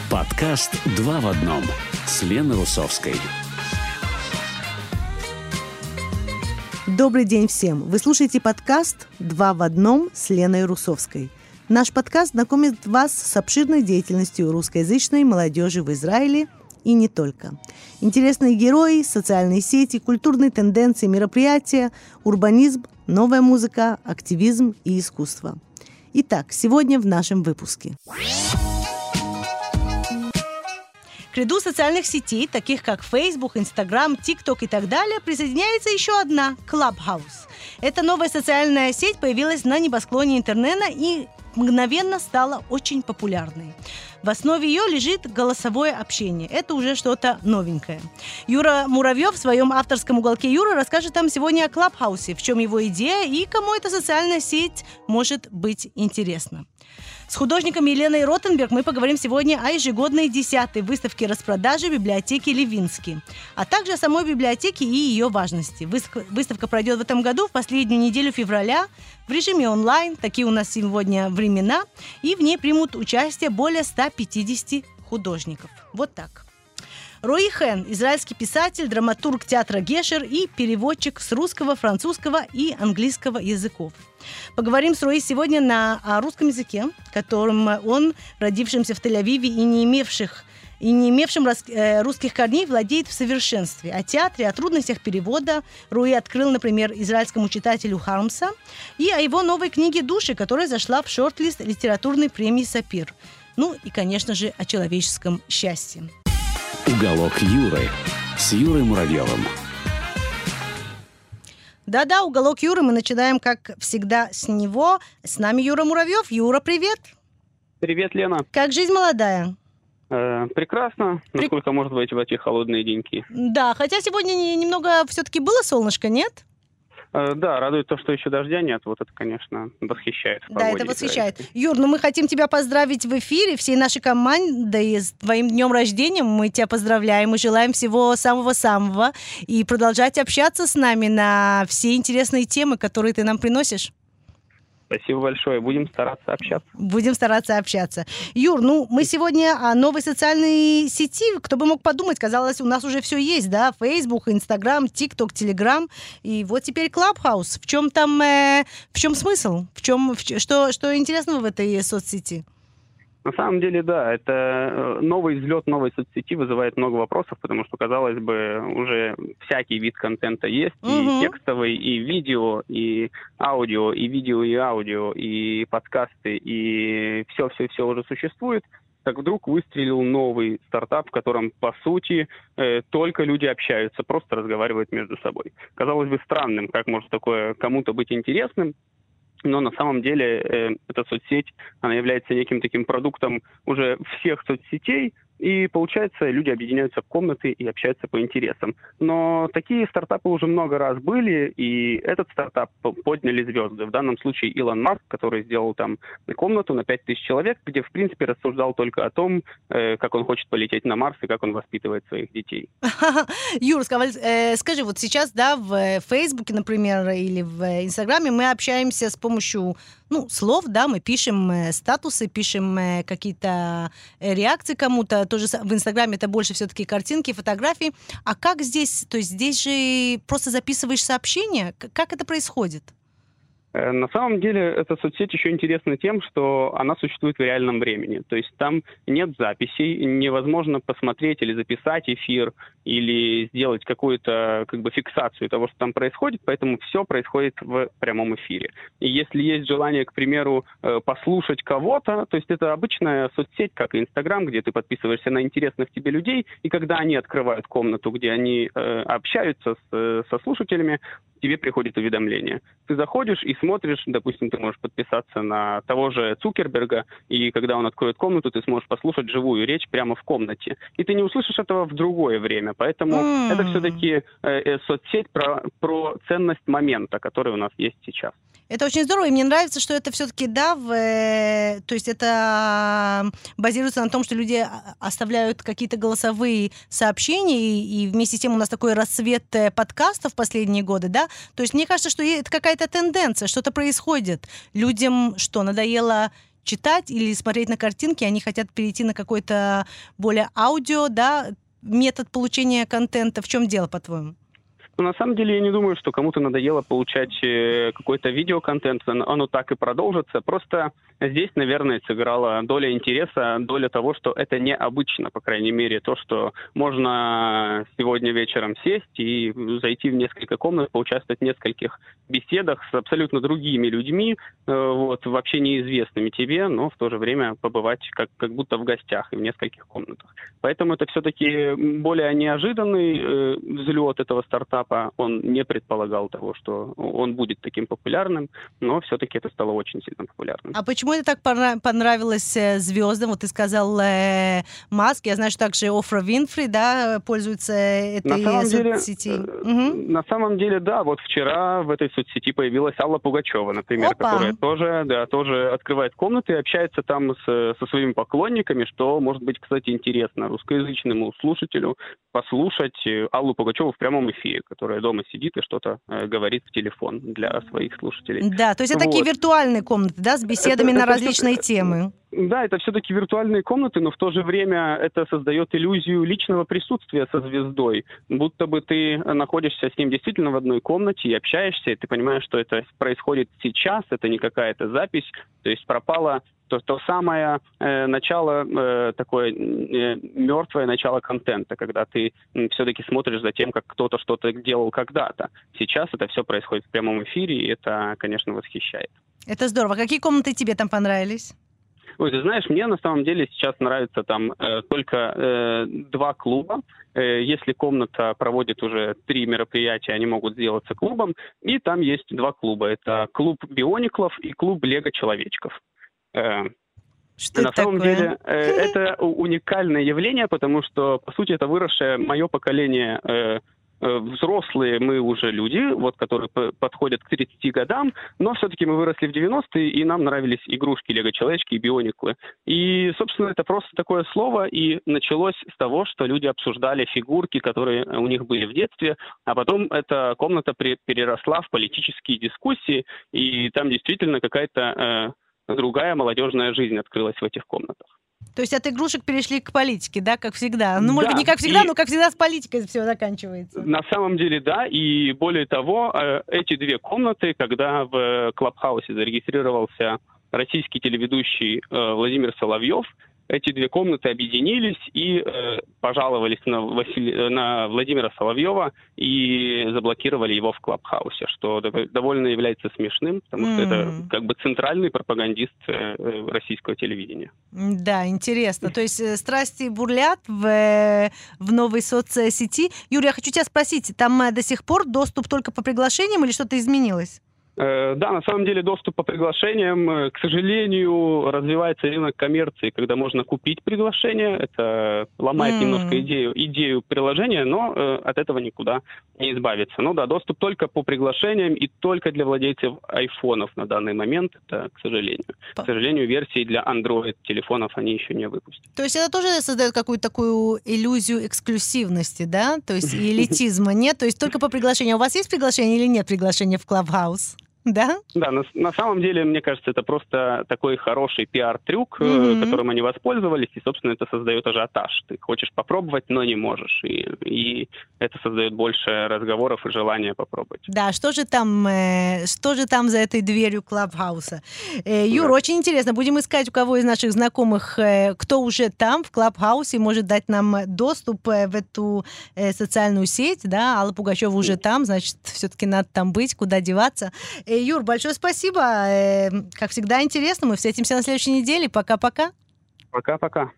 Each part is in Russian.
Подкаст «Два в одном» с Леной Русовской. Добрый день всем! Вы слушаете подкаст «Два в одном» с Леной Русовской. Наш подкаст знакомит вас с обширной деятельностью русскоязычной молодежи в Израиле и не только. Интересные герои, социальные сети, культурные тенденции, мероприятия, урбанизм, новая музыка, активизм и искусство. Итак, сегодня в нашем выпуске. К ряду социальных сетей, таких как Facebook, Instagram, TikTok и так далее, присоединяется еще одна – Clubhouse. Эта новая социальная сеть появилась на небосклоне интернета и мгновенно стала очень популярной. В основе ее лежит голосовое общение. Это уже что-то новенькое. Юра Муравьев в своем авторском уголке Юры расскажет нам сегодня о Клабхаусе, в чем его идея и кому эта социальная сеть может быть интересна. С художником Еленой Ротенберг мы поговорим сегодня о ежегодной 10-й выставке распродажи библиотеки Левинский, а также о самой библиотеке и ее важности. Выставка пройдет в этом году в последнюю неделю февраля в режиме онлайн, такие у нас сегодня времена, и в ней примут участие более 150 художников. Вот так. Рои Хен – израильский писатель, драматург театра Гешер и переводчик с русского, французского и английского языков. Поговорим с Рои сегодня о русском языке, которым он, родившимся в Тель-Авиве и не имевшим русских корней, владеет в совершенстве. О театре, о трудностях перевода Рои открыл, например, израильскому читателю Хармса, и о его новой книге «Души», которая зашла в шорт-лист литературной премии «Сапир». Ну и, конечно же, о человеческом счастье. Уголок Юры с Юрой Муравьевым. Да-да, уголок Юры. Мы начинаем, как всегда, с него. С нами Юра Муравьев. Юра, привет. Привет, Лена. Как жизнь молодая? Прекрасно. Насколько может быть в эти холодные деньки. Да, хотя сегодня немного все-таки было солнышко, нет? Да, радует то, что еще дождя нет. Вот это, конечно, восхищает. Да, это восхищает. Юр, ну мы хотим тебя поздравить в эфире, всей нашей командой с твоим днем рождения. Мы тебя поздравляем и желаем всего самого-самого. И продолжать общаться с нами на все интересные темы, которые ты нам приносишь. Спасибо большое. Будем стараться общаться. Будем стараться общаться. Юр, ну мы сегодня о новой социальной сети. Кто бы мог подумать, казалось, у нас уже все есть, да? Facebook, Instagram, TikTok, Telegram. И вот теперь Clubhouse. В чем там, в чем смысл? Что интересного в этой соцсети? На самом деле, да, это новый взлет новой соцсети вызывает много вопросов, потому что, казалось бы, уже всякий вид контента есть, и текстовый, и видео, и аудио, и видео, и аудио, и подкасты, и все уже существует. Так вдруг выстрелил новый стартап, в котором, по сути, только люди общаются, просто разговаривают между собой. Казалось бы, странным, как может такое кому-то быть интересным. Но на самом деле эта соцсеть, она является неким таким продуктом уже всех соцсетей, и получается, люди объединяются в комнаты и общаются по интересам. Но такие стартапы уже много раз были, и этот стартап подняли звезды. В данном случае Илон Маск, который сделал там комнату на 5000 человек, где, в принципе, рассуждал только о том, как он хочет полететь на Марс и как он воспитывает своих детей. Юр, скажи, вот сейчас, да, в Фейсбуке, например, или в Инстаграме мы общаемся с помощью, слов, да, мы пишем статусы, пишем какие-то реакции кому-то. Тоже в Инстаграме это больше все-таки картинки, фотографии. А как здесь? То есть здесь же просто записываешь сообщения? Как это происходит? На самом деле, эта соцсеть еще интересна тем, что она существует в реальном времени. То есть там нет записей, невозможно посмотреть или записать эфир, или сделать какую-то фиксацию того, что там происходит, поэтому все происходит в прямом эфире. И если есть желание, к примеру, послушать кого-то, то есть это обычная соцсеть, как и Инстаграм, где ты подписываешься на интересных тебе людей, и когда они открывают комнату, где они общаются со слушателями, тебе приходит уведомление. Ты заходишь и смотришь, допустим, ты можешь подписаться на того же Цукерберга, и когда он откроет комнату, ты сможешь послушать живую речь прямо в комнате. И ты не услышишь этого в другое время, поэтому это все-таки соцсеть про ценность момента, который у нас есть сейчас. Это очень здорово, и мне нравится, что это все-таки, да, то есть это базируется на том, что люди оставляют какие-то голосовые сообщения, и вместе с тем у нас такой расцвет подкастов в последние годы, да, то есть мне кажется, что это какая-то тенденция, что-то происходит. Людям что, надоело читать или смотреть на картинки, они хотят перейти на какой-то более аудио, да, метод получения контента. В чем дело, по-твоему? Но на самом деле я не думаю, что кому-то надоело получать какой-то видеоконтент, оно так и продолжится. Просто здесь, наверное, сыграла доля интереса, доля того, что это необычно, по крайней мере, то, что можно сегодня вечером сесть и зайти в несколько комнат, поучаствовать в нескольких беседах с абсолютно другими людьми, вот, вообще неизвестными тебе, но в то же время побывать как будто в гостях и в нескольких комнатах. Поэтому это все-таки более неожиданный взлет этого стартапа. Он не предполагал того, что он будет таким популярным, но все-таки это стало очень сильно популярным. А почему это так понравилось звездам? Вот ты сказал Маск, я знаю, что также Офра Винфри, да, пользуется этой соцсети. На самом деле, да, вот вчера в этой соцсети появилась Алла Пугачева, например, которая тоже открывает комнаты и общается там со своими поклонниками, что может быть, кстати, интересно русскоязычному слушателю послушать Аллу Пугачеву в прямом эфире, которая дома сидит и что-то говорит в телефон для своих слушателей. Да, то есть это такие виртуальные комнаты, да, с беседами на различные темы. Да, это все-таки виртуальные комнаты, но в то же время это создает иллюзию личного присутствия со звездой. Будто бы ты находишься с ним действительно в одной комнате и общаешься, и ты понимаешь, что это происходит сейчас, это не какая-то запись, то есть пропало то самое начало, такое мертвое начало контента, когда ты все-таки смотришь за тем, как кто-то что-то делал когда-то. Сейчас это все происходит в прямом эфире, и это, конечно, восхищает. Это здорово. Какие комнаты тебе там понравились? Ой, ты знаешь, мне на самом деле сейчас нравится там только 2 клуба. Если комната проводит уже 3 мероприятия, они могут сделаться клубом. И там есть 2 клуба. Это клуб биониклов и клуб лего-человечков. Что на самом деле это уникальное явление, потому что, по сути, это выросшее мое поколение. Взрослые мы уже люди, вот, которые подходят к 30 годам, но все-таки мы выросли в 90-е, и нам нравились игрушки, лего-человечки и биониклы. И, собственно, это просто такое слово, и началось с того, что люди обсуждали фигурки, которые у них были в детстве, а потом эта комната переросла в политические дискуссии, и там действительно какая-то другая молодежная жизнь открылась в этих комнатах. То есть от игрушек перешли к политике, да, как всегда? Ну, может быть, не как всегда, но как всегда с политикой все заканчивается. На самом деле, да, и более того, эти 2 комнаты, когда в Клабхаусе зарегистрировался российский телеведущий Владимир Соловьев, эти 2 комнаты объединились и пожаловались на Владимира Соловьева и заблокировали его в Клабхаусе, что довольно является смешным, потому что это как бы центральный пропагандист российского телевидения. Да, интересно. То есть страсти бурлят в новой соцсети. Юрий, я хочу тебя спросить, там до сих пор доступ только по приглашениям или что-то изменилось? Да, на самом деле доступ по приглашениям, к сожалению, развивается рынок коммерции, когда можно купить приглашение. Это ломает немножко идею приложения, но от этого никуда не избавиться. Ну да, доступ только по приглашениям и только для владельцев айфонов на данный момент, это, к сожалению. К сожалению, версии для Android-телефонов они еще не выпустили. То есть это тоже создает какую-то такую иллюзию эксклюзивности, да? То есть элитизма нет? То есть только по приглашению. У вас есть приглашение или нет приглашения в Clubhouse? Да? Да, на самом деле, мне кажется, это просто такой хороший пиар-трюк, которым они воспользовались, и, собственно, это создает ажиотаж. Ты хочешь попробовать, но не можешь, и это создает больше разговоров и желания попробовать. Да, что же там за этой дверью Клабхауса? Юр, очень интересно, будем искать у кого из наших знакомых, кто уже там, в Клабхаусе, может дать нам доступ в эту социальную сеть, да, Алла Пугачева уже там, значит, все-таки надо там быть, куда деваться. Юр, большое спасибо. Как всегда, интересно. Мы встретимся на следующей неделе. Пока-пока. Пока-пока.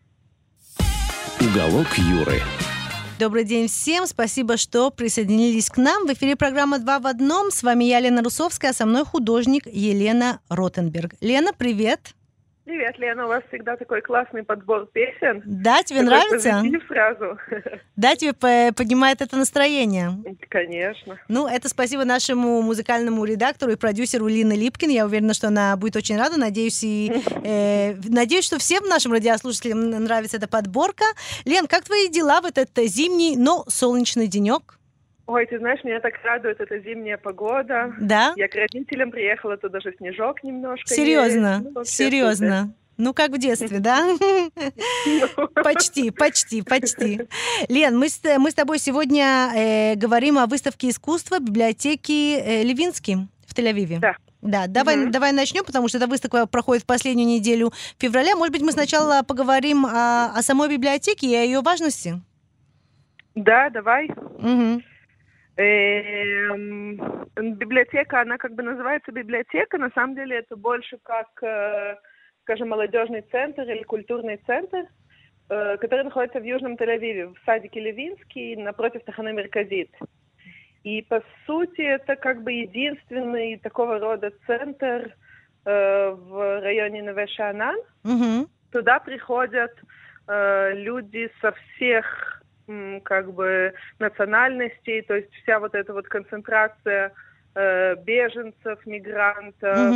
Уголок Юры. Добрый день всем. Спасибо, что присоединились к нам. В эфире программа «Два в одном». С вами я, Лена Русовская, а со мной художник Елена Ротенберг. Лена, привет. Привет, Лена, у вас всегда такой классный подбор песен. Да, тебе нравится? Позитив сразу. Да, тебе поднимает это настроение? Конечно. Ну, это спасибо нашему музыкальному редактору и продюсеру Лине Липкин. Я уверена, что она будет очень рада. Надеюсь, что всем нашим радиослушателям нравится эта подборка. Лен, как твои дела в этот зимний, но солнечный денек? Ой, ты знаешь, меня так радует эта зимняя погода. Да? Я к родителям приехала, тут даже снежок немножко Серьезно? есть. Ну, серьезно? Ну, как в детстве, да? Почти. Лен, мы с тобой сегодня говорим о выставке искусства библиотеки Левинский в Тель-Авиве. Да, давай начнем, потому что эта выставка проходит в последнюю неделю февраля. Может быть, мы сначала поговорим о самой библиотеке и о ее важности? Да, давай. Библиотека, она как бы называется библиотека, на самом деле это больше как, скажем, молодежный центр или культурный центр, который находится в Южном Тель-Авиве, в садике Левинский, напротив Таханы Мерказит. И, по сути, это как бы единственный такого рода центр в районе Неве-Шаанан. Туда приходят люди со всех как бы национальностей, то есть вся вот эта вот концентрация беженцев, мигрантов,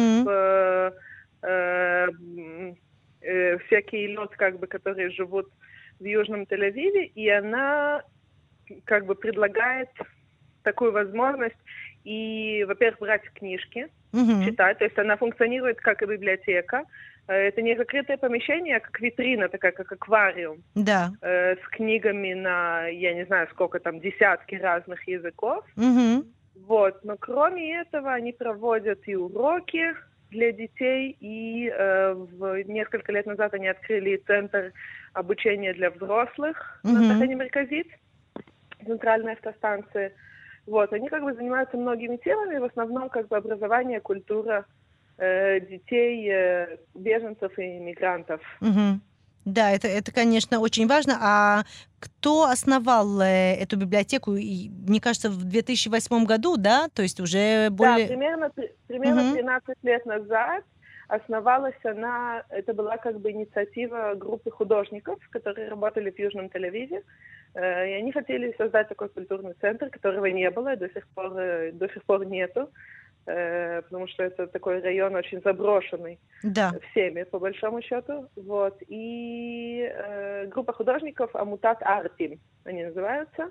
всякие люди, как бы, которые живут в Южном Тель-Авиве, и она как бы предлагает такую возможность и, во-первых, брать книжки, читать, то есть она функционирует как и библиотека. Это не закрытое помещение, а как витрина, такая как аквариум. Да. С книгами на, я не знаю, сколько там, десятки разных языков. Вот. Но кроме этого они проводят и уроки для детей, и несколько лет назад они открыли центр обучения для взрослых на Тахане Мерказит, центральной автостанции. Вот. Они как бы занимаются многими темами, в основном как бы образование, культура детей, беженцев и мигрантов. Да, это, конечно, очень важно. А кто основал эту библиотеку? Мне кажется, в 2008 году, да? То есть уже более... Да, примерно 13 лет назад основалась она, это была как бы инициатива группы художников, которые работали в Южном Тель-Авиве. И они хотели создать такой культурный центр, которого не было, и до сих пор нету. Потому что это такой район очень заброшенный всеми, по большому счету. Вот. И группа художников Амутат Артим, они называются.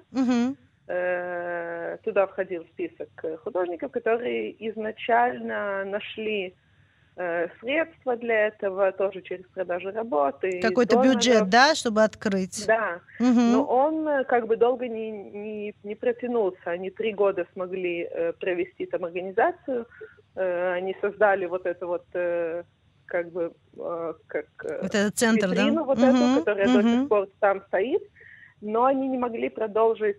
Туда входил список художников, которые изначально нашли средства для этого, тоже через продажу работы. Какой-то бюджет, да, чтобы открыть? Да, но он как бы долго не протянулся. Они 3 года смогли провести там организацию. Они создали вот это вот как бы как вот этот центр, витрину, да? Вот эту, которая до сих пор там стоит. Но они не могли продолжить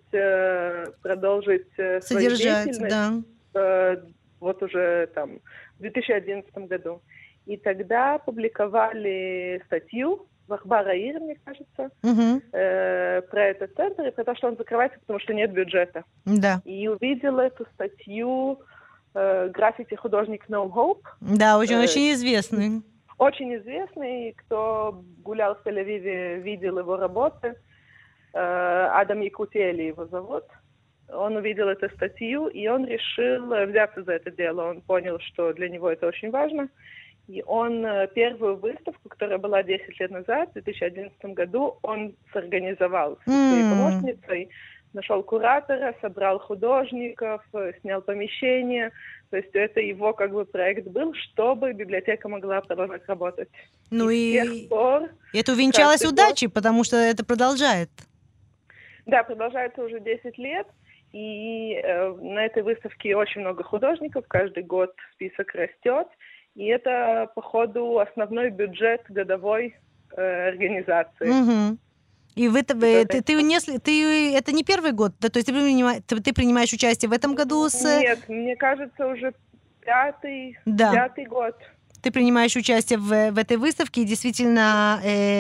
свою деятельность. Вот уже там в 2011 году. И тогда публиковали статью в Ахбар Аир, мне кажется, про этот центр и про то, что он закрывается, потому что нет бюджета. Да. И увидела эту статью граффити-художник No Hope. Да, очень известный. Очень известный. Кто гулял в Тель-Авиве, видел его работы. Адам Якутели его зовут. Он увидел эту статью, и он решил взяться за это дело. Он понял, что для него это очень важно. И он первую выставку, которая была 10 лет назад, в 2011 году, он сорганизовал со своей помощницей. Нашел куратора, собрал художников, снял помещение. То есть это его как бы проект был, чтобы библиотека могла продолжать работать. Ну и с тех пор, это увенчалось удачей, потому что это продолжает. Да, продолжается уже 10 лет. И на этой выставке очень много художников, каждый год список растет. И это, по ходу, основной бюджет годовой организации. И это не первый год, да? То есть ты принимаешь участие в этом году? Нет, мне кажется, уже пятый год. Ты принимаешь участие в этой выставке, и действительно,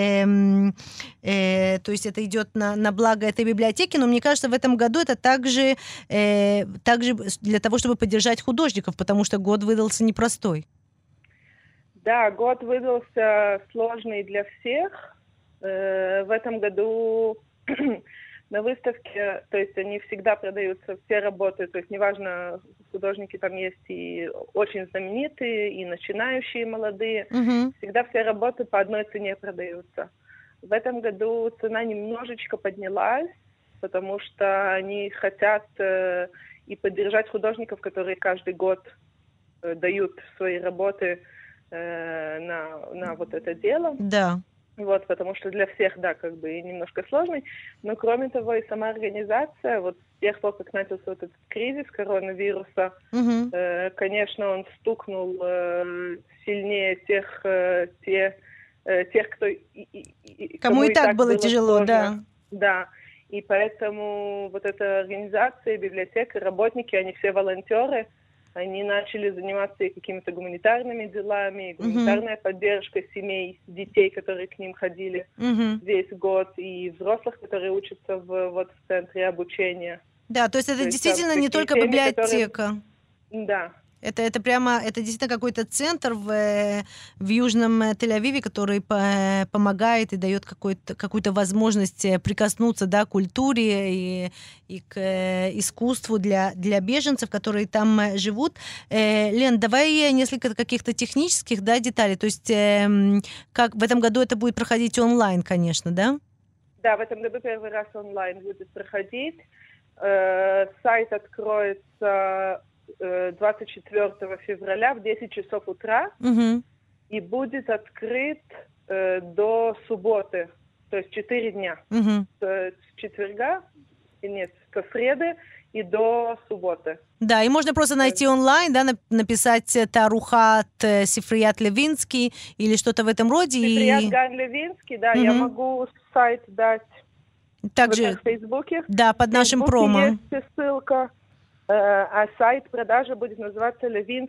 то есть это идет на благо этой библиотеки, но мне кажется, в этом году это также для того, чтобы поддержать художников, потому что год выдался непростой. Да, год выдался сложный для всех. В этом году на выставке, то есть они всегда продаются, все работы, то есть неважно, художники там есть и очень знаменитые, и начинающие молодые, всегда все работы по одной цене продаются. В этом году цена немножечко поднялась, потому что они хотят и поддержать художников, которые каждый год дают свои работы на вот это дело. Да. Вот, потому что для всех, да, как бы немножко сложный. Но кроме того, и сама организация, вот с тех пор, как начался вот этот кризис коронавируса, конечно, он стукнул сильнее тех, кто... Кому и так было тяжело, сложно. Да. Да. И поэтому вот эта организация, библиотека, работники, они все волонтеры, они начали заниматься и какими-то гуманитарными делами, и гуманитарная поддержка семей, детей, которые к ним ходили весь год, и взрослых, которые учатся в центре обучения. Да, то есть это действительно не только библиотека. Да. Это прямо, это действительно какой-то центр в Южном Тель-Авиве, который помогает и дает какую-то возможность прикоснуться, да, к культуре и к искусству для беженцев, которые там живут. Лен, давай несколько каких-то технических, да, деталей. То есть как в этом году это будет проходить онлайн, конечно, да? Да, в этом году первый раз онлайн будет проходить. Сайт откроется 24 февраля в 10 часов утра и будет открыт до субботы, то есть 4 дня. С четверга, со среды и до субботы. Да, и можно просто найти онлайн, да, написать Тарухат Сифрият Левинский или что-то в этом роде. Сифрият Ган Левинский, да, я могу сайт дать также в Фейсбуке. Да, под нашим промо. Есть ссылка. А сайт продажи будет называться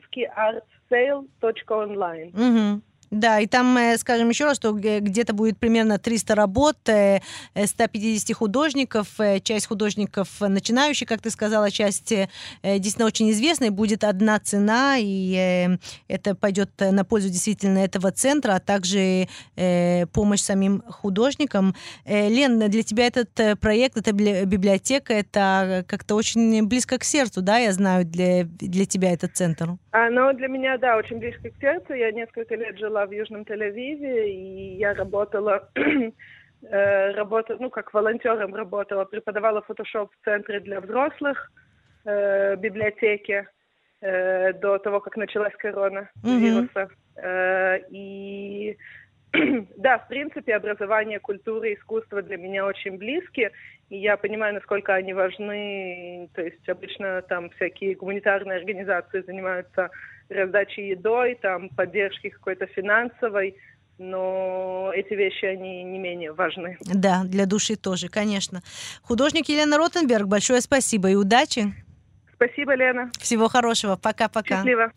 levinskyartsale.online. Да, и там, скажем еще раз, что где-то будет примерно 300 работ, 150 художников, часть художников начинающих, как ты сказала, часть действительно очень известной, будет одна цена, и это пойдет на пользу действительно этого центра, а также помощь самим художникам. Лен, для тебя этот проект, эта библиотека, это как-то очень близко к сердцу, да, я знаю, для тебя этот центр? Ну, для меня, да, очень близко к сердцу. Я несколько лет жила в Южном Тель-Авиве, и я работала, как волонтером работала, преподавала фотошоп в центре для взрослых, библиотеке, до того, как началась коронавируса. И да, в принципе, образование, культура, искусство для меня очень близки, и я понимаю, насколько они важны. То есть обычно там всякие гуманитарные организации занимаются раздачей едой, там поддержкой какой-то финансовой, но эти вещи, они не менее важны. Да, для души тоже, конечно. Художник Елена Ротенберг, большое спасибо и удачи. Спасибо, Лена. Всего хорошего. Пока-пока. Счастливо.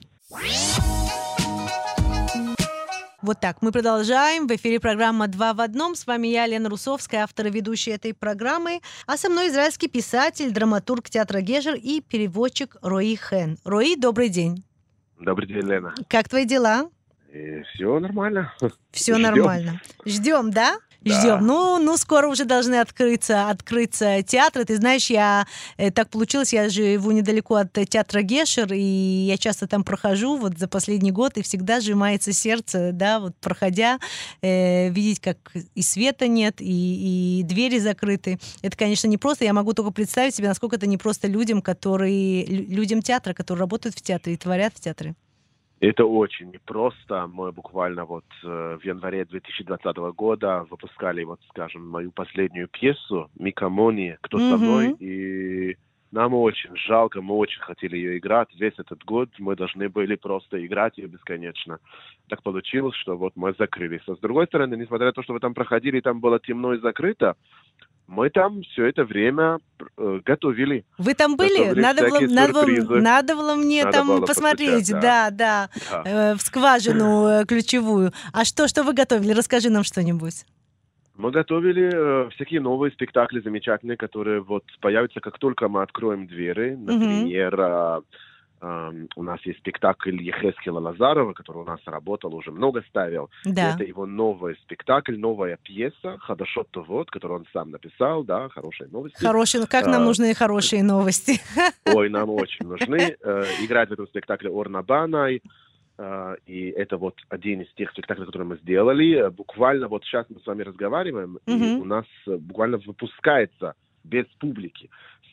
Вот так, мы продолжаем. В эфире программа «Два в одном». С вами я, Лена Русовская, автор и ведущая этой программы. А со мной израильский писатель, драматург театра Гежер и переводчик Рои Хен. Рои, добрый день. Добрый день, Лена. Как твои дела? Все нормально. Все нормально. Ждем, да? Ждем. Ну, скоро уже должны открыться театры. Ты знаешь, так получилось, я живу недалеко от театра Гешер, и я часто там прохожу вот за последний год, и всегда сжимается сердце, да, вот проходя, видеть, как и света нет, и двери закрыты. Это, конечно, непросто. Я могу только представить себе, насколько это непросто людям театра, которые работают в театре и творят в театре. Это очень непросто. Мы буквально в январе 2020 года выпускали, скажем, мою последнюю пьесу «Микамони. Кто со мной?» И нам очень жалко, мы очень хотели ее играть. Весь этот год мы должны были просто играть ее бесконечно. Так получилось, что мы закрылись. А с другой стороны, несмотря на то, что вы там проходили, там было темно и закрыто, мы там все это время готовили. Вы там были? Надо было мне там посмотреть. Да. В скважину ключевую. А что вы готовили? Расскажи нам что-нибудь. Мы готовили всякие новые спектакли замечательные, которые появятся, как только мы откроем двери. Например, у нас есть спектакль Ехескила Лазарова, который у нас работал, уже много ставил. Да. Это его новый спектакль, новая пьеса «Хадашот Товот», которую он сам написал, да, хорошие новости. Как нам нужны хорошие новости. Ой, нам очень нужны. Играет в этом спектакле Орна Банай. И это один из тех спектаклей, которые мы сделали. Буквально сейчас мы с вами разговариваем, и у нас буквально выпускается без публики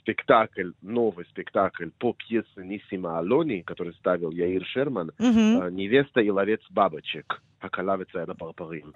спектакль, новый спектакль по пьесе Нисима Алони, который ставил Яир Шерман, «Невеста и ловец бабочек». Акалавица на Парпарим.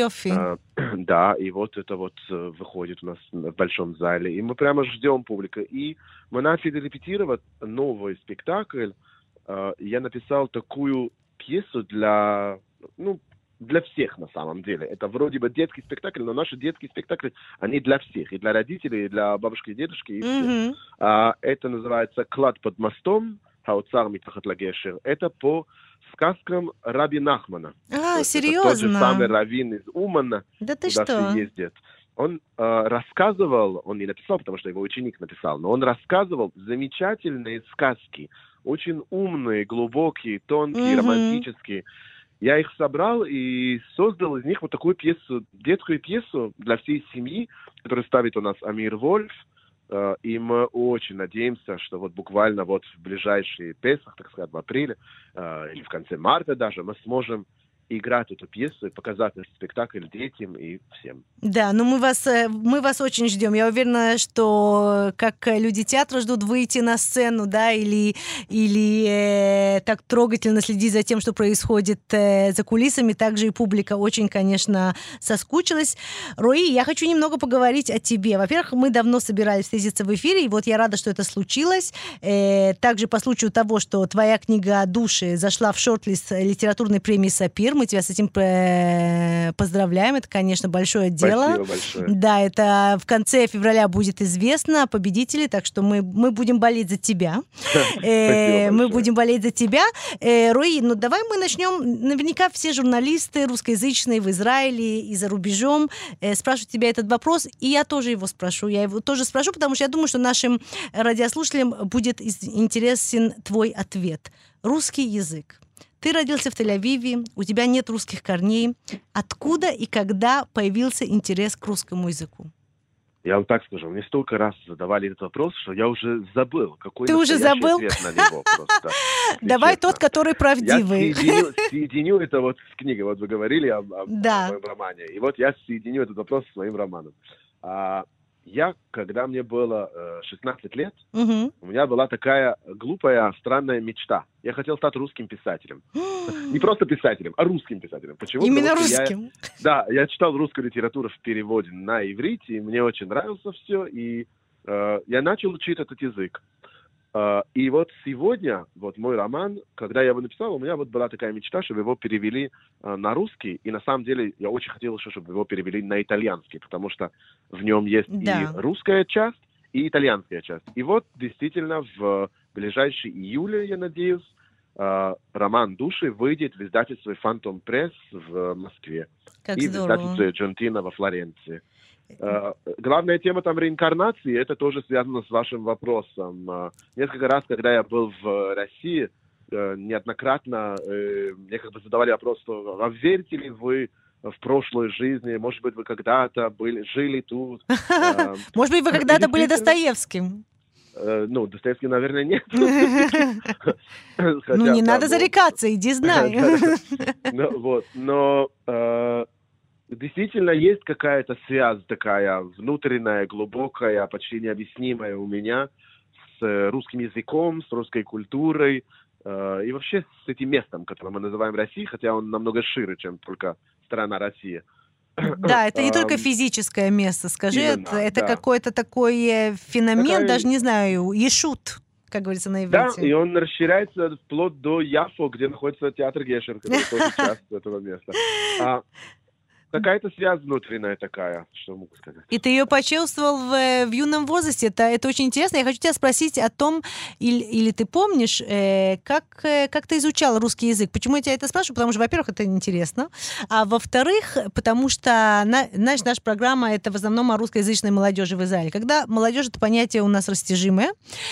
Да, и вот это вот выходит у нас в большом зале. И мы прямо ждем публику. И мы начали репетировать новый спектакль. Я написал такую пьесу для всех на самом деле. Это вроде бы детский спектакль, но наши детские спектакли, они для всех. И для родителей, и для бабушки и дедушки, и всех. Это называется «Клад под мостом», «Хауцар митахат лагешер». Это по сказкам Раби Нахмана. Серьезно? Тот же самый раввин из Умана, да ты куда что? все ездят. Он рассказывал, он не написал, потому что его ученик написал, но он рассказывал замечательные сказки. Очень умные, глубокие, тонкие, романтические. Я их собрал и создал из них вот такую пьесу, детскую пьесу для всей семьи, которую ставит у нас Амир Вольф. И мы очень надеемся, что вот буквально вот в ближайшие Песах, так сказать, в апреле или в конце марта даже, мы сможем играть эту пьесу и показать этот спектакль детям и всем. Да, но мы вас очень ждем. Я уверена, что как люди театра ждут выйти на сцену, да, или так трогательно следить за тем, что происходит за кулисами, также и публика очень, конечно, соскучилась. Рои, я хочу немного поговорить о тебе. Во-первых, мы давно собирались встретиться в эфире, и вот я рада, что это случилось. Также по случаю того, что твоя книга «Души» зашла в шорт-лист литературной премии «Сапир», мы тебя с этим поздравляем. Это, конечно, большое дело. Спасибо большое. Да, это в конце февраля будет известно о победителе, так что мы будем болеть за тебя. Мы будем болеть за тебя. Рои, ну давай мы начнем. Наверняка все журналисты русскоязычные в Израиле и за рубежом спрашивают тебя этот вопрос, и я тоже его спрошу. Я его тоже спрошу, потому что я думаю, что нашим радиослушателям будет интересен твой ответ. Русский язык. Ты родился в Тель-Авиве, у тебя нет русских корней. Откуда и когда появился интерес к русскому языку? Я вам так скажу, мне столько раз задавали этот вопрос, что я уже забыл, какой Ты уже забыл? ответ на него просто. Давай тот, который правдивый. Я соединю это вот с книгой. Вот вы говорили о моем романе. И вот я соединю этот вопрос с моим романом. Когда мне было 16 лет, у меня была такая глупая, странная мечта. Я хотел стать русским писателем. Не просто писателем, а русским писателем. Почему? Именно русским? Я читал русскую литературу в переводе на иврите, и мне очень нравилось все, и я начал учить этот язык. И вот сегодня, вот мой роман, когда я его написал, у меня вот была такая мечта, чтобы его перевели на русский, и на самом деле я очень хотел еще, чтобы его перевели на итальянский, потому что в нем есть и русская часть, и итальянская часть. И вот действительно в ближайший июле, я надеюсь, роман «Души» выйдет в издательстве «Фантом Пресс» в Москве. Как и здорово. В издательстве «Джонтина» во Флоренции. Главная тема там реинкарнации, это тоже связано с вашим вопросом. Несколько раз, когда я был в России, неоднократно мне как бы задавали вопрос, что а верите ли вы в прошлой жизни, может быть, вы когда-то жили тут. Может быть, вы когда-то были Достоевским. Достоевский, наверное, нет. Не надо зарекаться, иди знай. Но действительно есть какая-то связь такая внутренняя, глубокая, почти необъяснимая у меня с русским языком, с русской культурой и вообще с этим местом, которое мы называем Россией, хотя он намного шире, чем только страна Россия. Да, это не только физическое место, скажи, это какой-то такой феномен, даже не знаю, ешут, как говорится на иврите. Да, и он расширяется вплоть до Яффо, где находится театр Гешер, который тоже часть этого места. Какая-то связь внутренняя такая, что могу сказать. И ты ее почувствовал в юном возрасте. Это очень интересно. Я хочу тебя спросить о том, или ты помнишь, как ты изучал русский язык. Почему я тебя это спрашиваю? Потому что, во-первых, это интересно. А во-вторых, потому что, знаешь, наша программа — это в основном о русскоязычной молодежи в Израиле. Когда молодежь — это понятие у нас растяжимое.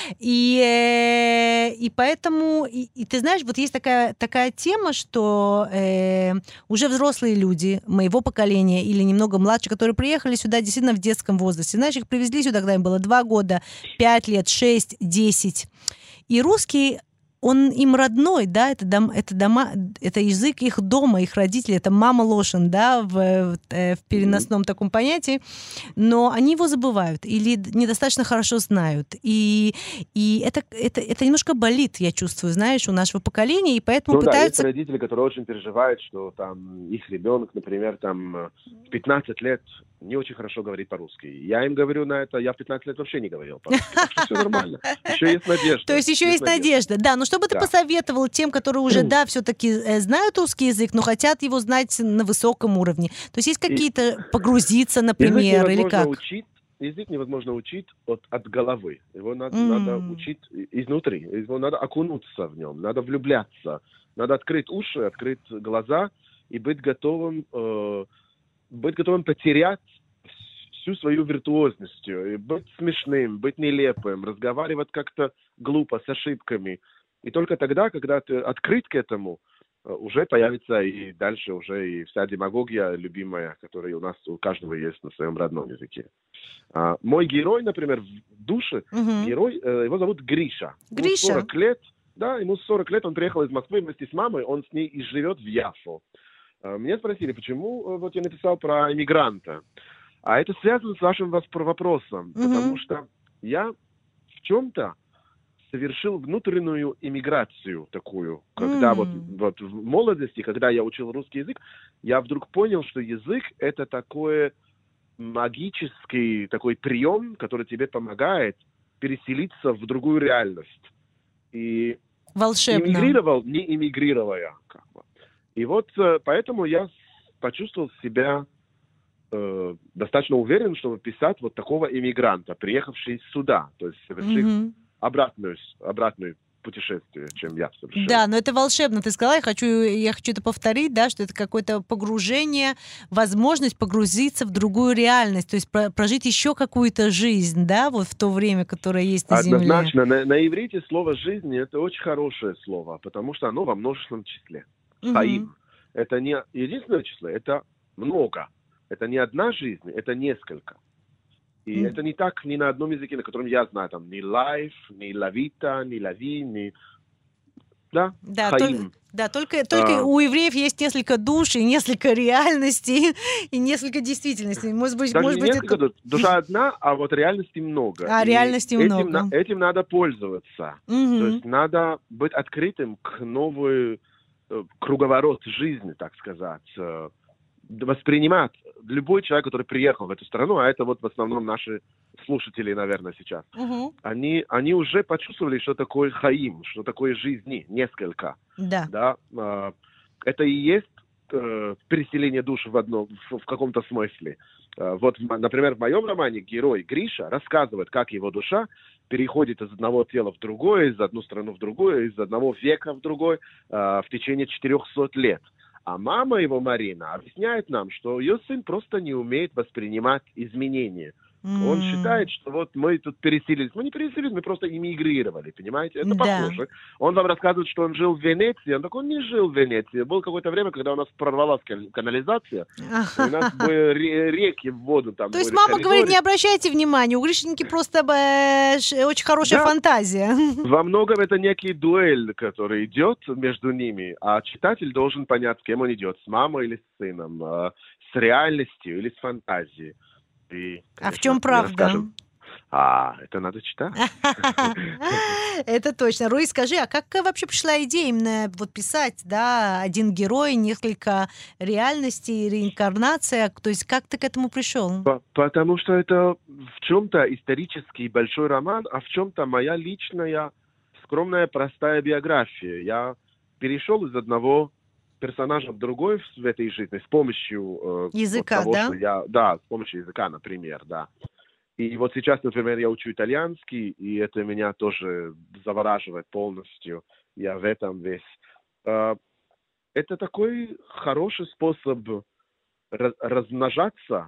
И поэтому, и ты знаешь, вот есть такая тема, что уже взрослые люди моего поколения или немного младше, которые приехали сюда действительно в детском возрасте. Знаешь, их привезли сюда, когда им было 2 года, 5 лет, 6, 10. И русский он им родной, да, это язык их дома, их родителей, это мама Лошен, да, в переносном таком понятии, но они его забывают или недостаточно хорошо знают. И это немножко болит, я чувствую, знаешь, у нашего поколения, и поэтому пытаются... Да, есть родители, которые очень переживают, что там их ребенок, например, там в 15 лет не очень хорошо говорит по-русски. Я им говорю на это, я в 15 лет вообще не говорил по-русски. Так что все нормально. Еще есть надежда. То есть еще есть надежда. Да, но что бы ты посоветовал тем, которые уже, да, все-таки знают русский язык, но хотят его знать на высоком уровне? То есть есть какие-то погрузиться, например, или как? Язык невозможно учить от головы. Его надо учить изнутри. Его надо окунуться в нем, надо влюбляться. Надо открыть уши, открыть глаза и быть готовым потерять всю свою виртуозность, и быть смешным, быть нелепым, разговаривать как-то глупо, с ошибками. И только тогда, когда ты открыт к этому, уже появится и дальше уже и вся демагогия любимая, которая у нас у каждого есть на своем родном языке. Мой герой, например, в душе, герой, его зовут Гриша. Гриша. Ему 40 лет, да, ему 40 лет, он приехал из Москвы вместе с мамой, он с ней и живет в Яфо. Меня спросили, почему вот я написал про иммигранта. А это связано с вашим вопросом, потому что я в чем-то совершил внутреннюю иммиграцию такую, когда вот в молодости, когда я учил русский язык, я вдруг понял, что язык — это такой магический такой прием, который тебе помогает переселиться в другую реальность. И волшебно. Иммигрировал, не иммигрировая, как бы. И вот поэтому я почувствовал себя достаточно уверен, чтобы писать вот такого иммигранта, приехавший сюда, то есть совершив обратную путешествие, чем я совершил. Да, но это волшебно. Ты сказала, я хочу это повторить, да, что это какое-то погружение, возможность погрузиться в другую реальность, то есть прожить еще какую-то жизнь, да, вот в то время, которое есть на Земле. Однозначно. На иврите слово «жизнь» — это очень хорошее слово, потому что оно во множественном числе. Хаим. Это не единственное число, это много. Это не одна жизнь, это несколько. И это не так ни на одном языке, на котором я знаю, там, ни life, ни lavita, ни lavi, ни... Да, хаим. Только у евреев есть несколько душ, и несколько реальностей, и несколько действительностей. Может быть, несколько, душа одна, а вот реальностей много. Реальностей много. Этим надо пользоваться. То есть надо быть открытым к новой круговорот жизни, так сказать, воспринимать любой человек, который приехал в эту страну, а это вот в основном наши слушатели, наверное, сейчас, они уже почувствовали, что такое хаим, что такое жизни, несколько. Да. Это и есть переселение душ в каком-то смысле. Вот, например, в моем романе герой Гриша рассказывает, как его душа переходит из одного тела в другое, из одной страны в другую, из одного века в другой в течение 400 лет. А мама его, Марина, объясняет нам, что ее сын просто не умеет воспринимать изменения. Он считает, что вот мы тут переселились. Мы не переселились, мы просто эмигрировали, понимаете? Это похоже. Он вам рассказывает, что он жил в Венеции. Он такой, он не жил в Венеции. Было какое-то время, когда у нас прорвалась канализация. У нас были реки в воду. Там то есть мама говорит, не обращайте внимания, у Гришеньки просто очень хорошая фантазия. Во многом это некий дуэль, который идет между ними, а читатель должен понять, с кем он идет, с мамой или с сыном, с реальностью или с фантазией. И, конечно, а в чем правда? Это надо читать. Это точно. Руи, скажи, а как вообще пришла идея именно вот писать, да, один герой, несколько реальностей, реинкарнация? То есть как ты к этому пришел? Потому что это в чем-то исторический большой роман, а в чем-то моя личная, скромная, простая биография. Я перешел из одного персонажа в другой в этой жизни с помощью языка, того, да? Да, с помощью языка, например, да. И вот сейчас, например, я учу итальянский, и это меня тоже завораживает полностью. Я в этом весь. Это такой хороший способ размножаться,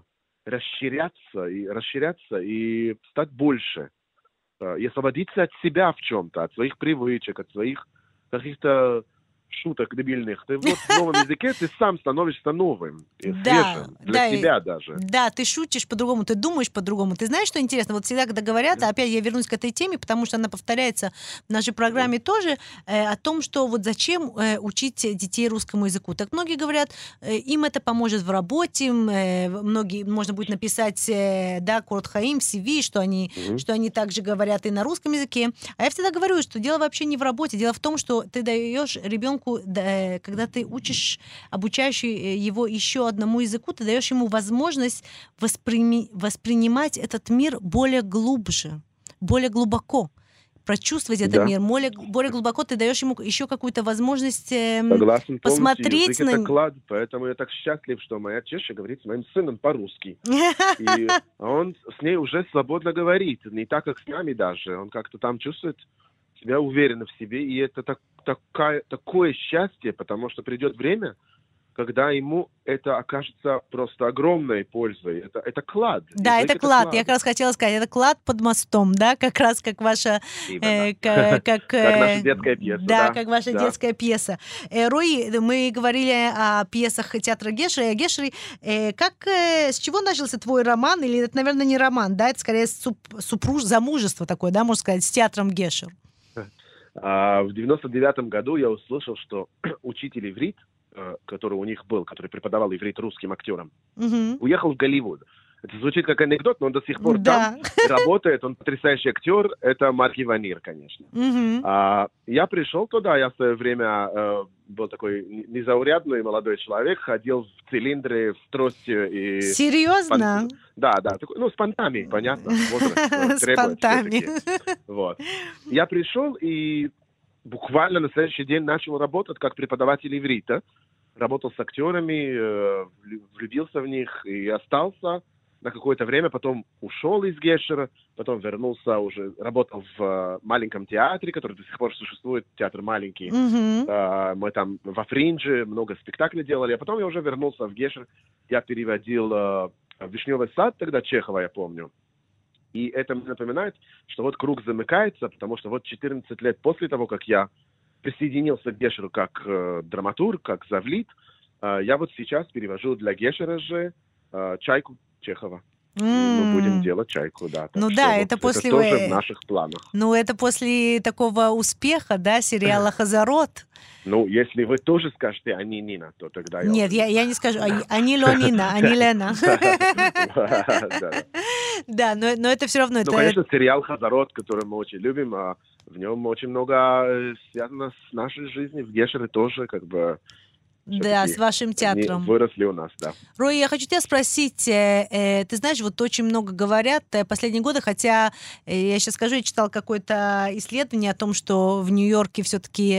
расширяться и стать больше. И освободиться от себя в чем-то, от своих привычек, от своих каких-то шуток дебильных. Ты вот в новом языке ты сам становишься новым. Да, свежим, для себя даже. Да, ты шутишь по-другому, ты думаешь по-другому. Ты знаешь, что интересно? Вот всегда, когда говорят, опять я вернусь к этой теме, потому что она повторяется в нашей программе тоже, о том, что вот зачем учить детей русскому языку. Так многие говорят, им это поможет в работе, многие, можно будет написать, да, Корот Хаим в CV, что они также говорят и на русском языке. А я всегда говорю, что дело вообще не в работе, дело в том, что ты даешь ребенку, когда ты учишь, обучаешь его еще одному языку, ты даешь ему возможность воспринимать этот мир более глубже, более глубоко, прочувствовать этот мир более глубоко, ты даешь ему еще какую-то возможность посмотреть язык это клад, поэтому я так счастлив, что моя теща говорит с моим сыном по-русски. И он с ней уже свободно говорит, не так, как с нами даже. Он как-то там чувствует себя уверенно в себе, и это такое счастье, потому что придет время, когда ему это окажется просто огромной пользой. Это клад. Да, это клад. Я как раз хотела сказать, это клад под мостом, да, как раз как ваша... как наша детская пьеса. Да, как ваша детская пьеса. Руи, мы говорили о пьесах театра Гешера и о Гешере. С чего начался твой роман? Или это, наверное, не роман, да? Это скорее замужество такое, да, можно сказать, с театром Гешер. В 99-м году я услышал, что учитель иврит, который у них был, который преподавал иврит русским актерам, уехал в Голливуд. Это звучит как анекдот, но он до сих пор там работает, он потрясающий актер, это Марк Иванир, конечно. Я пришел туда, я в свое время был такой незаурядный молодой человек, ходил в цилиндре, в тростью и... Серьезно? Да, такой, с понтами, понятно, возраст требует. С понтами. Вот. Я пришел и буквально на следующий день начал работать как преподаватель иврита. Работал с актерами, влюбился в них и остался на какое-то время. Потом ушел из Гешера, потом вернулся уже, работал в маленьком театре, который до сих пор существует, театр маленький. Мы там во Фринже много спектаклей делали, а потом я уже вернулся в Гешер. Я переводил «Вишневый сад», тогда Чехова, я помню. И это мне напоминает, что вот круг замыкается, потому что вот 14 лет после того, как я присоединился к Гешеру как драматург, как завлит, я вот сейчас перевожу для Гешера же «Чайку» Чехова. Мы будем делать «Чайку», да. Ну да, это после... Это тоже в наших планах. Ну это после такого успеха, да, сериала «Хазарот». Ну, если вы тоже скажете «Ани Нина», то тогда я... Нет, я не скажу «Ани Леонина», «Ани Лена». Да, но это все равно... Ну, конечно, сериал «Хазарот», который мы очень любим, в нем очень много связано с нашей жизнью. В Гешере тоже, как бы... Да, с вашим театром. Выросли у нас, да. Рой, я хочу тебя спросить, ты знаешь, вот очень много говорят последние годы, хотя я сейчас скажу, я читала какое-то исследование о том, что в Нью-Йорке все-таки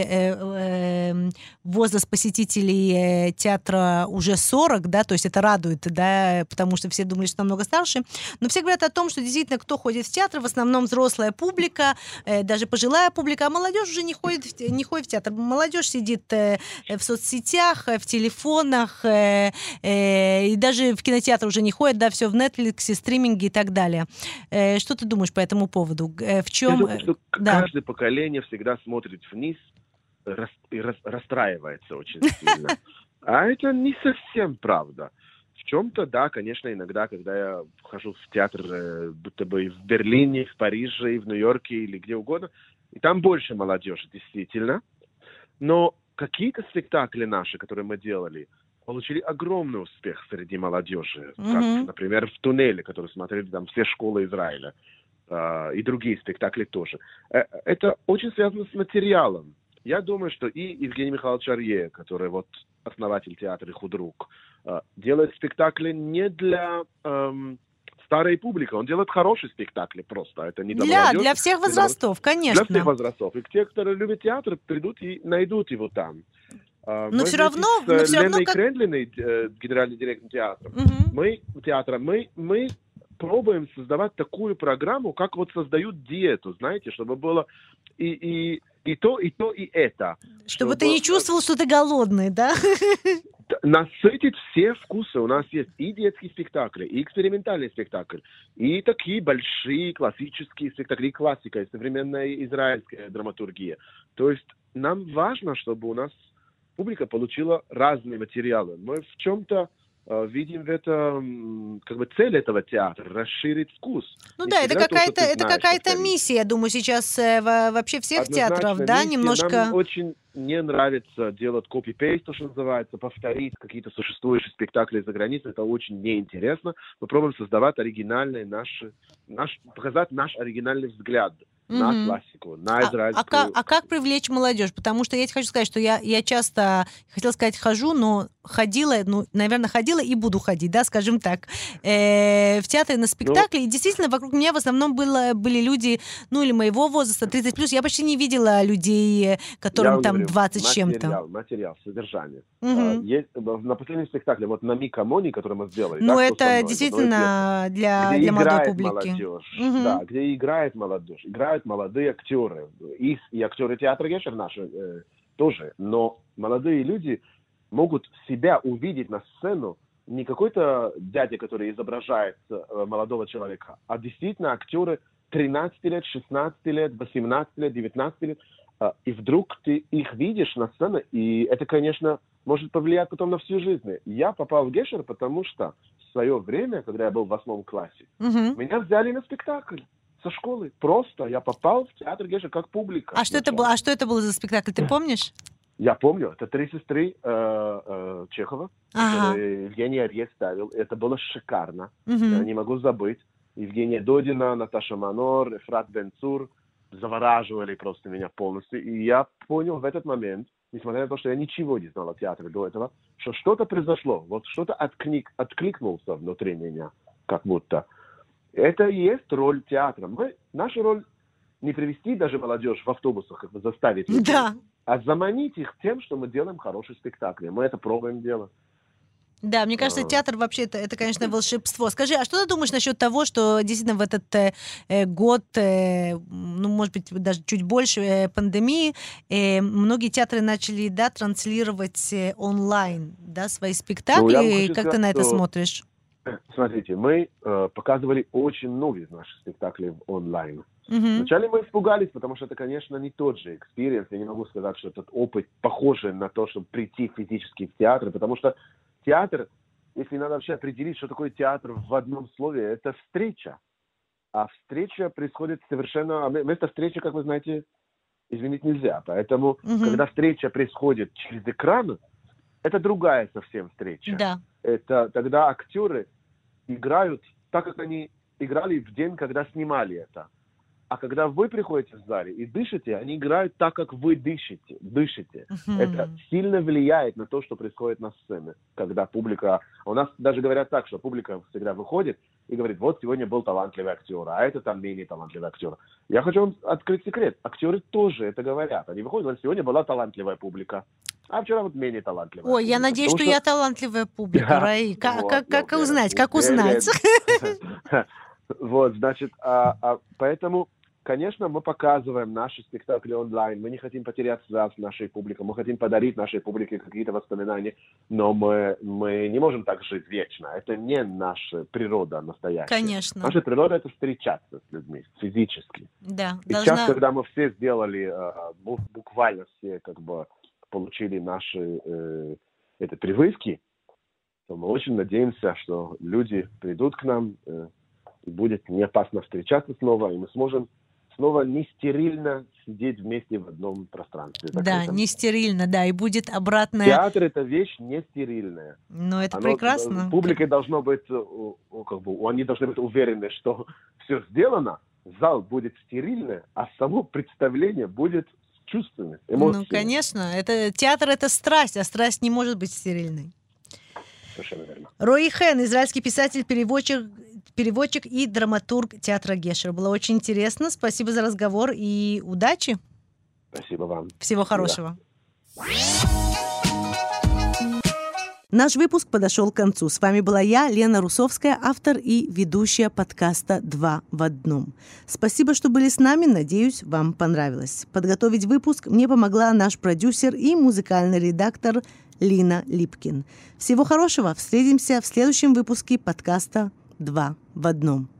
возраст посетителей театра уже 40, да, то есть это радует, да, потому что все думали, что намного старше, но все говорят о том, что действительно, кто ходит в театр, в основном взрослая публика, даже пожилая публика, а молодежь уже не ходит в театр. Молодежь сидит в соцсетях, в телефонах, и даже в кинотеатр уже не ходят, да, все в Netflix, стриминге и так далее. Что ты думаешь по этому поводу? В чем... Я думаю, что каждое поколение всегда смотрит вниз и расстраивается очень сильно. А это не совсем правда. В чем-то, да, конечно, иногда, когда я хожу в театр, будто бы и в Берлине, в Париже, и в Нью-Йорке, или где угодно, и там больше молодежи, действительно. Но какие-то спектакли наши, которые мы делали, получили огромный успех среди молодежи. Как, например, в «Туннеле», который смотрели там все школы Израиля. И другие спектакли тоже. Это очень связано с материалом. Я думаю, что и Евгений Михайлович Арье, который вот основатель театра и худрук, делает спектакли не для... старая публика, он делает хорошие спектакли просто. Это не для всех возрастов, конечно. Для всех возрастов. И те, кто любит театр, придут и найдут его там. Но все равно... С Леной Крендлиной, генеральным директором театра, мы пробуем создавать такую программу, как вот создают диету, знаете, чтобы было и то, и это. Чтобы ты не чувствовал, что ты голодный, да? Насытить все вкусы. У нас есть и детские спектакли, и экспериментальный спектакль, и такие большие классические спектакли, и классика, и современная израильская драматургия. То есть нам важно, чтобы у нас публика получила разные материалы. Мы в чем-то видим в этом как бы цель этого театра — расширить вкус. Ну да, это какая-то миссия, я думаю, сейчас вообще всех театров, да, миссия. немножко... Нам очень не нравится делать копи-пейст, то, что называется, повторить какие-то существующие спектакли за границей. Это очень неинтересно. Мы пробуем создавать оригинальные показать наш оригинальный взгляд на классику, на израильскую... А как привлечь молодежь? Потому что я тебе хочу сказать, что я часто, хотела сказать, хожу, но наверное, ходила и буду ходить, да, скажем так, в театре на спектакле. И действительно, вокруг меня в основном были люди, или моего возраста, 30+. Я почти не видела людей, которым там 20 с чем-то. Материал, содержание. Есть, на последнем спектакле, вот на Микамони, который мы сделали. Ну, это действительно для молодой публики. Молодежь, да, где играет молодежь, играют молодые актеры. И актеры театра Гешер наши тоже. Но молодые люди могут себя увидеть на сцену не какой-то дядя, который изображает молодого человека, а действительно актеры 13 лет, 16 лет, 18 лет, 19 лет. И вдруг ты их видишь на сцене, и это, конечно, может повлиять потом на всю жизнь. Я попал в Гешер, потому что в свое время, когда я был в 8 классе, меня взяли на спектакль со школы. Просто я попал в театр Гешер как публика. А что это было за спектакль, ты помнишь? Я помню, это «Три сестры» Чехова, который Евгений Арье ставил. Это было шикарно. Я не могу забыть. Евгения Додина, Наташа Манор, Ефрат Бен-Цур завораживали просто меня полностью. И я понял в этот момент, несмотря на то, что я ничего не знал о театре до этого, что что-то произошло. Вот что-то откликнулся внутри меня, как будто. Это и есть роль театра. Наша роль не привести даже молодежь в автобусах, как бы заставить их, а заманить их тем, что мы делаем хороший спектакль. Мы это пробуем делать. Да, мне кажется, театр вообще это, конечно, волшебство. Скажи, а что ты думаешь насчет того, что действительно в этот год, может быть, даже чуть больше пандемии, многие театры начали, транслировать онлайн, свои спектакли? Как ты на это смотришь? Смотрите, мы показывали очень много из наших спектаклей онлайн. Вначале мы испугались, потому что это, конечно, не тот же экспириенс. Я не могу сказать, что этот опыт похожий на то, чтобы прийти физически в театр, потому что театр, если надо вообще определить, что такое театр в одном слове, это встреча. А встреча происходит совершенно... Вместо встречи, как вы знаете, извинить нельзя. Поэтому, когда встреча происходит через экран, это другая совсем встреча. Да. Это тогда актеры играют так, как они играли в день, когда снимали это. А когда вы приходите в зале и дышите, они играют так, как вы дышите. Это сильно влияет на то, что происходит на сцене. Когда публика... У нас даже говорят так, что публика всегда выходит и говорит, вот сегодня был талантливый актер, а это там менее талантливый актер. Я хочу вам открыть секрет. Актеры тоже это говорят. Они выходят, говорят, сегодня была талантливая публика, а вчера вот менее талантливая. Ой, я надеюсь, что я талантливая публика, Раи. Как узнать? Вот, значит, поэтому... Конечно, мы показываем наши спектакли онлайн. Мы не хотим потерять связь с нашей публикой. Мы хотим подарить нашей публике какие-то воспоминания. Но мы не можем так жить вечно. Это не наша природа настоящая. Конечно. Наша природа — это встречаться с людьми физически. Да. И сейчас, когда мы все сделали, буквально все как бы получили наши привычки, то мы очень надеемся, что люди придут к нам, и будет не опасно встречаться снова, и мы сможем снова не стерильно сидеть вместе в одном пространстве. Да, не стерильно, да, и будет обратная... Театр — это вещь не стерильная. Ну, это прекрасно. Публике должно быть, они должны быть уверены, что все сделано, зал будет стерильный, а само представление будет чувственным, эмоциями. Ну, конечно, театр — это страсть, а страсть не может быть стерильной. Совершенно верно. Рои Хен, израильский писатель, переводчик и драматург театра Гешер. Было очень интересно. Спасибо за разговор и удачи. Спасибо вам. Всего хорошего. Наш выпуск подошел к концу. С вами была я, Лена Русовская, автор и ведущая подкаста «Два в одном». Спасибо, что были с нами. Надеюсь, вам понравилось. Подготовить выпуск мне помогла наш продюсер и музыкальный редактор Лина Липкин. Всего хорошего. Встретимся в следующем выпуске подкаста «Два в одном».